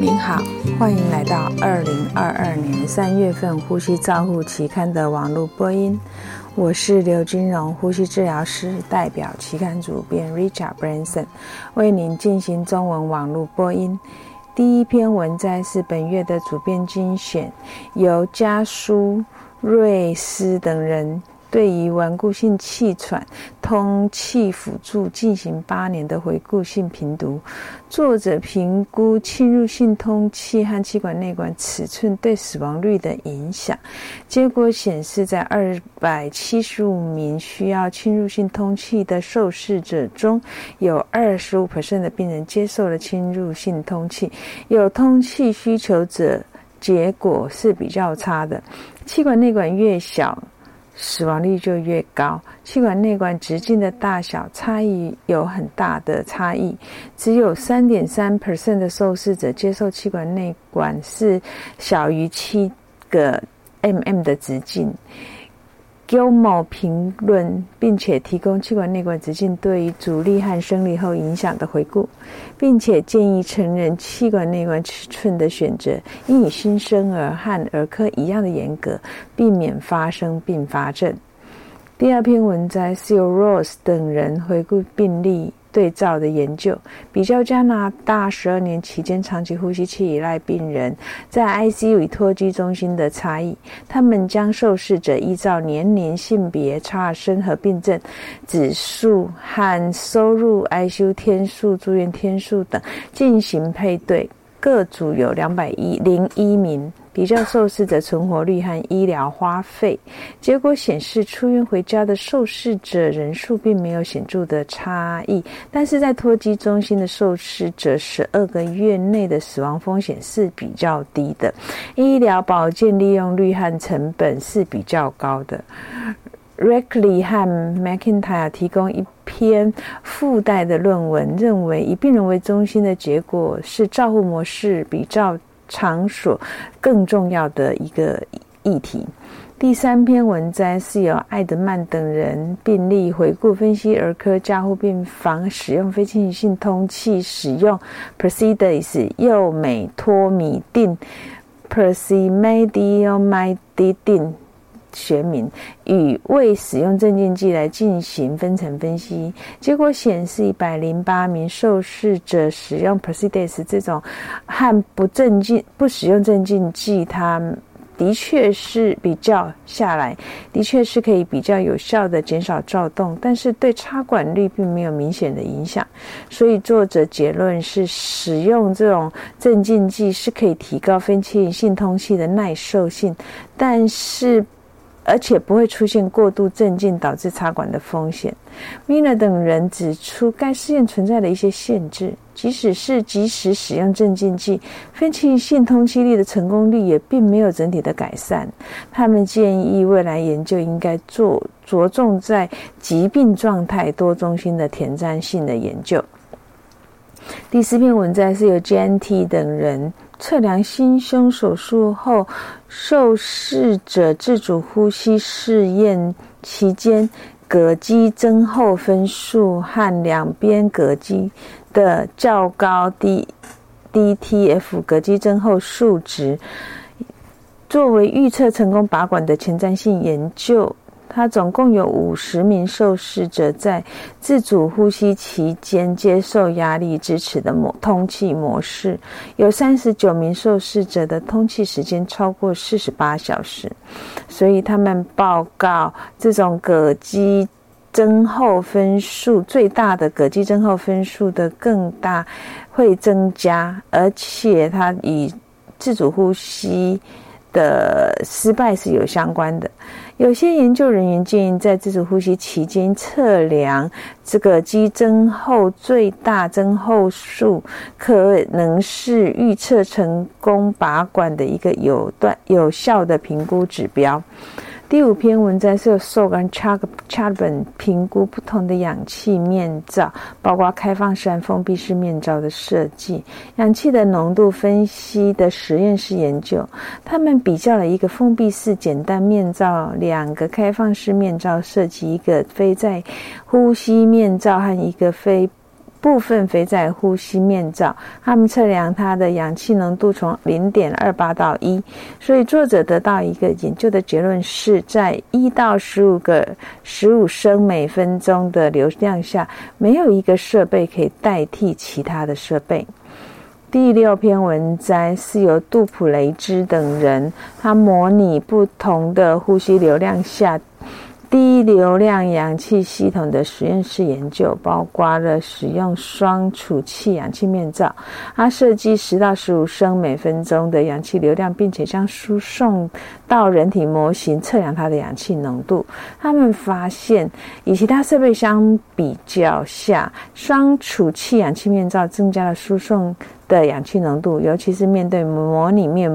您好，欢迎来到2022年3月份呼吸照护期刊的网络播音。我是刘金荣，呼吸治疗师，代表期刊主编 Richard Branson， 为您进行中文网络播音。第一篇文摘是本月的主编精选，由加苏、瑞斯等人对于顽固性气喘通气辅助进行8年的回顾性评读。作者评估侵入性通气和气管内管尺寸对死亡率的影响，结果显示在275名需要侵入性通气的受试者中，有 25% 的病人接受了侵入性通气，有通气需求者结果是比较差的。气管内管越小，死亡率就越高，气管内管直径的大小差异有很大的差异，只有 3.3% 的受试者接受气管内管是小于7个 mm 的直径。Gilmore 评论并且提供气管内管直径对于阻力和生理后影响的回顾，并且建议成人气管内管尺寸的选择应与新生儿和儿科一样的严格，避免发生并发症。第二篇文摘是由 Ross 等人回顾病例对照的研究，比较加拿大12年期间长期呼吸器依赖病人在 ICU 与托机中心的差异。他们将受试者依照年龄、性别、查尔森合并症指数和收入 ICU 天数、住院天数等进行配对，各组有201名，比较受试者存活率和医疗花费。结果显示，出院回家的受试者人数并没有显著的差异，但是在托机中心的受试者12个月内的死亡风险是比较低的，医疗保健利用率和成本是比较高的。Reckley 和 McIntyre 提供一篇附带的论文，认为以病人为中心的结果是照护模式比照场所更重要的一个议题。第三篇文摘是由艾德曼等人病例回顾分析儿科加护病房使用非侵入性通气使用 Precidex 右美托米定 Persimethylmethylmidine学名与未使用镇静剂来进行分层分析，结果显示108名受试者使用 Precidex 这种和不使用镇静剂，它的确是比较下来，的确是可以比较有效的减少躁动，但是对插管率并没有明显的影响。所以作者结论是，使用这种镇静剂是可以提高非侵入性通气的耐受性，而且不会出现过度镇静导致插管的风险。Miller 等人指出，该试验存在的一些限制，即使使用镇静剂，非侵入性通气力的成功率也并没有整体的改善。他们建议未来研究应该着重在疾病状态多中心的前瞻性的研究。第四篇文摘是由 GNT 等人测量心胸手术后受试者自主呼吸试验期间膈肌增厚分数和两边膈肌的较高 DTF 膈肌增厚数值，作为预测成功拔管的前瞻性研究。他总共有50名受试者在自主呼吸期间接受压力支持的通气模式，有39名受试者的通气时间超过48小时，所以他们报告这种膈肌增厚分数最大的膈肌增厚分数的更大会增加，而且它与自主呼吸的失败是有相关的。有些研究人员建议在自主呼吸期间测量这个肌增厚最大增厚数，可能是预测成功拔管的一个有效的评估指标。第五篇文摘是由 Sog 和 Charbon 评估不同的氧气面罩，包括开放式和封闭式面罩的设计，氧气的浓度分析的实验室研究。他们比较了一个封闭式简单面罩、2个开放式面罩设计，一个非在呼吸面罩和一个非部分非在呼吸面罩。他们测量它的氧气浓度从 0.28 到1，所以作者得到一个研究的结论是，在1到15升每分钟的流量下，没有一个设备可以代替其他的设备。第6篇文摘是由杜普雷兹等人，他模拟不同的呼吸流量下低流量氧气系统的实验室研究，包括了使用双储气氧气面罩。他设计10到15升每分钟的氧气流量，并且将输送到人体模型测量它的氧气浓度。他们发现，与其他设备相比较下，双储气氧气面罩增加了输送的氧气浓度，尤其是面对模拟面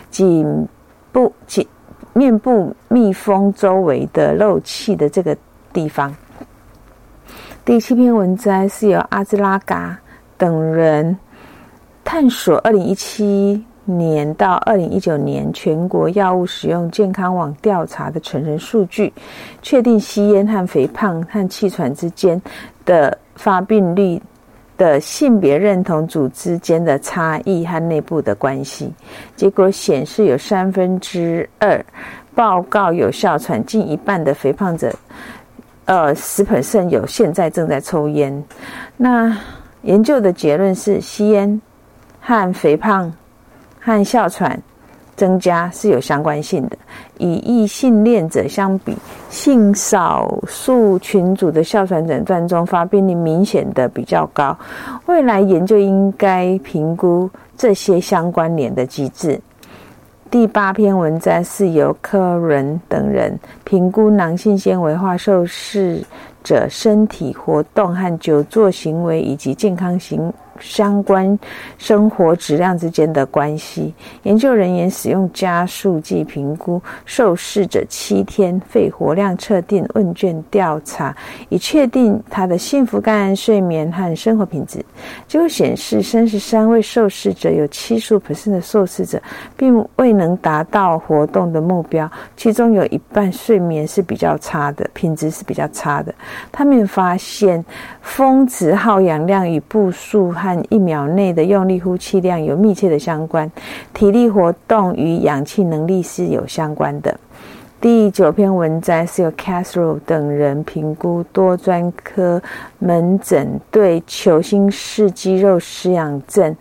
部密封周围的漏气的这个地方。第7篇文摘是由阿兹拉嘎等人探索2017年到2019年全国药物使用健康网调查的成人数据，确定吸烟和肥胖和气喘之间的发病率的性别认同组之间的差异和内部的关系。结果显示，有2/3报告有哮喘，近一半的肥胖者10% 有现在正在抽烟。那研究的结论是，吸烟和肥胖和哮喘增加是有相关性的。与异性恋者相比，性少数群组的哮喘诊断中发病率明显的比较高。未来研究应该评估这些相关联的机制。第8篇文摘是由科伦等人评估囊性纤维化受试者身体活动和久坐行为以及健康相关生活质量之间的关系。研究人员使用加速剂评估受试者7天肺活量测定问卷调查，以确定他的幸福感、睡眠和生活品质。结果显示，33位受试者有75% 的受试者并未能达到活动的目标，其中有一半睡眠是比较差的，品质是比较差的。他们发现峰值耗氧量与步数和1秒内的用力呼气量有密切的相关，体力活动与氧气能力是有相关的。第9篇文摘是由 Castro 等人评估多专科门诊对球心式肌肉失养症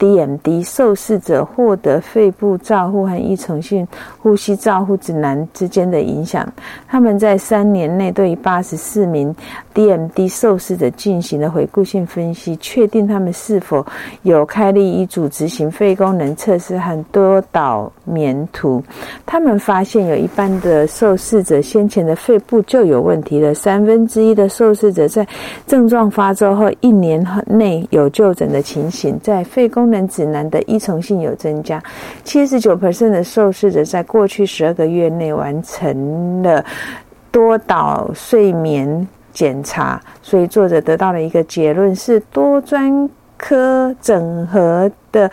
DMD 受试者获得肺部照护和依从性呼吸照护指南之间的影响。他们在3年内对84名 DMD 受试者进行了回顾性分析，确定他们是否有开立遗嘱执行肺功能测试和多导棉图。他们发现有一半的受试者先前的肺部就有问题了，1/3的受试者在症状发作后1年内有就诊的情形，在肺功能指南的依从性有增加。79% 的受试者在过去12个月内完成了多导睡眠检查。所以作者得到了一个结论是，多专科整合的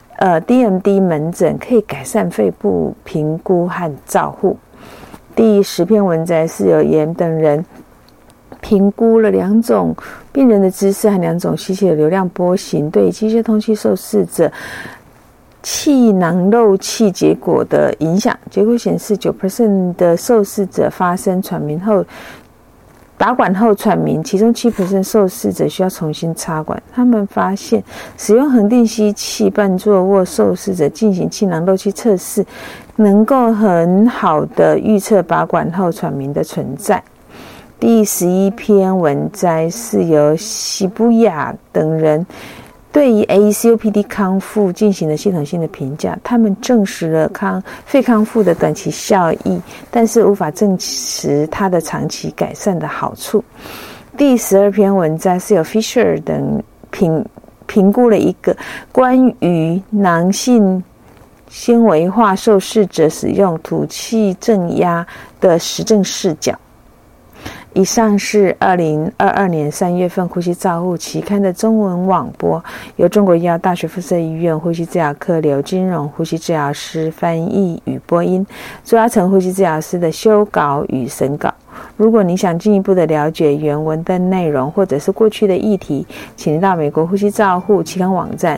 DMD 门诊可以改善肺部评估和照护。第10篇文摘是由严等人评估了2种病人的姿势和2种吸气的流量波形对机械通气受试者气囊漏气结果的影响。结果显示 9% 的受试者发生打管后喘鸣，其中 7% 受试者需要重新插管。他们发现使用恒定吸气半坐卧受试者进行气囊漏气测试，能够很好的预测拔管后喘鸣的存在。第11篇文摘是由西布亚等人对于 ACOPD 康复进行了系统性的评价。他们证实了肺康复的短期效益，但是无法证实它的长期改善的好处。第12篇文摘是由 Fisher 等评估了一个关于囊性纤维化受试者使用吐气正压的实证视角。以上是2022年3月份呼吸照护期刊的中文网播，由中国医药大学附设医院呼吸治疗科刘金荣呼吸治疗师翻译与播音，朱嘉诚呼吸治疗师的修稿与审稿。 如果你想进一步的了解原文的内容或者是过去的议题，请到美国呼吸照护期刊网站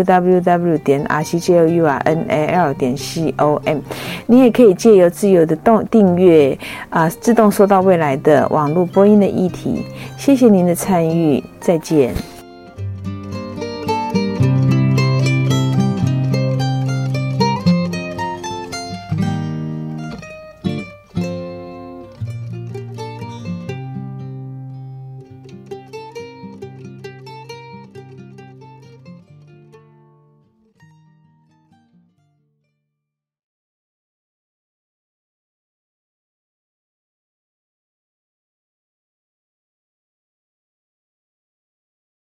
www.rcjournal.com。 你也可以借由自由的订阅自动收到未来的网络播音的议题。谢谢您的参与，再见。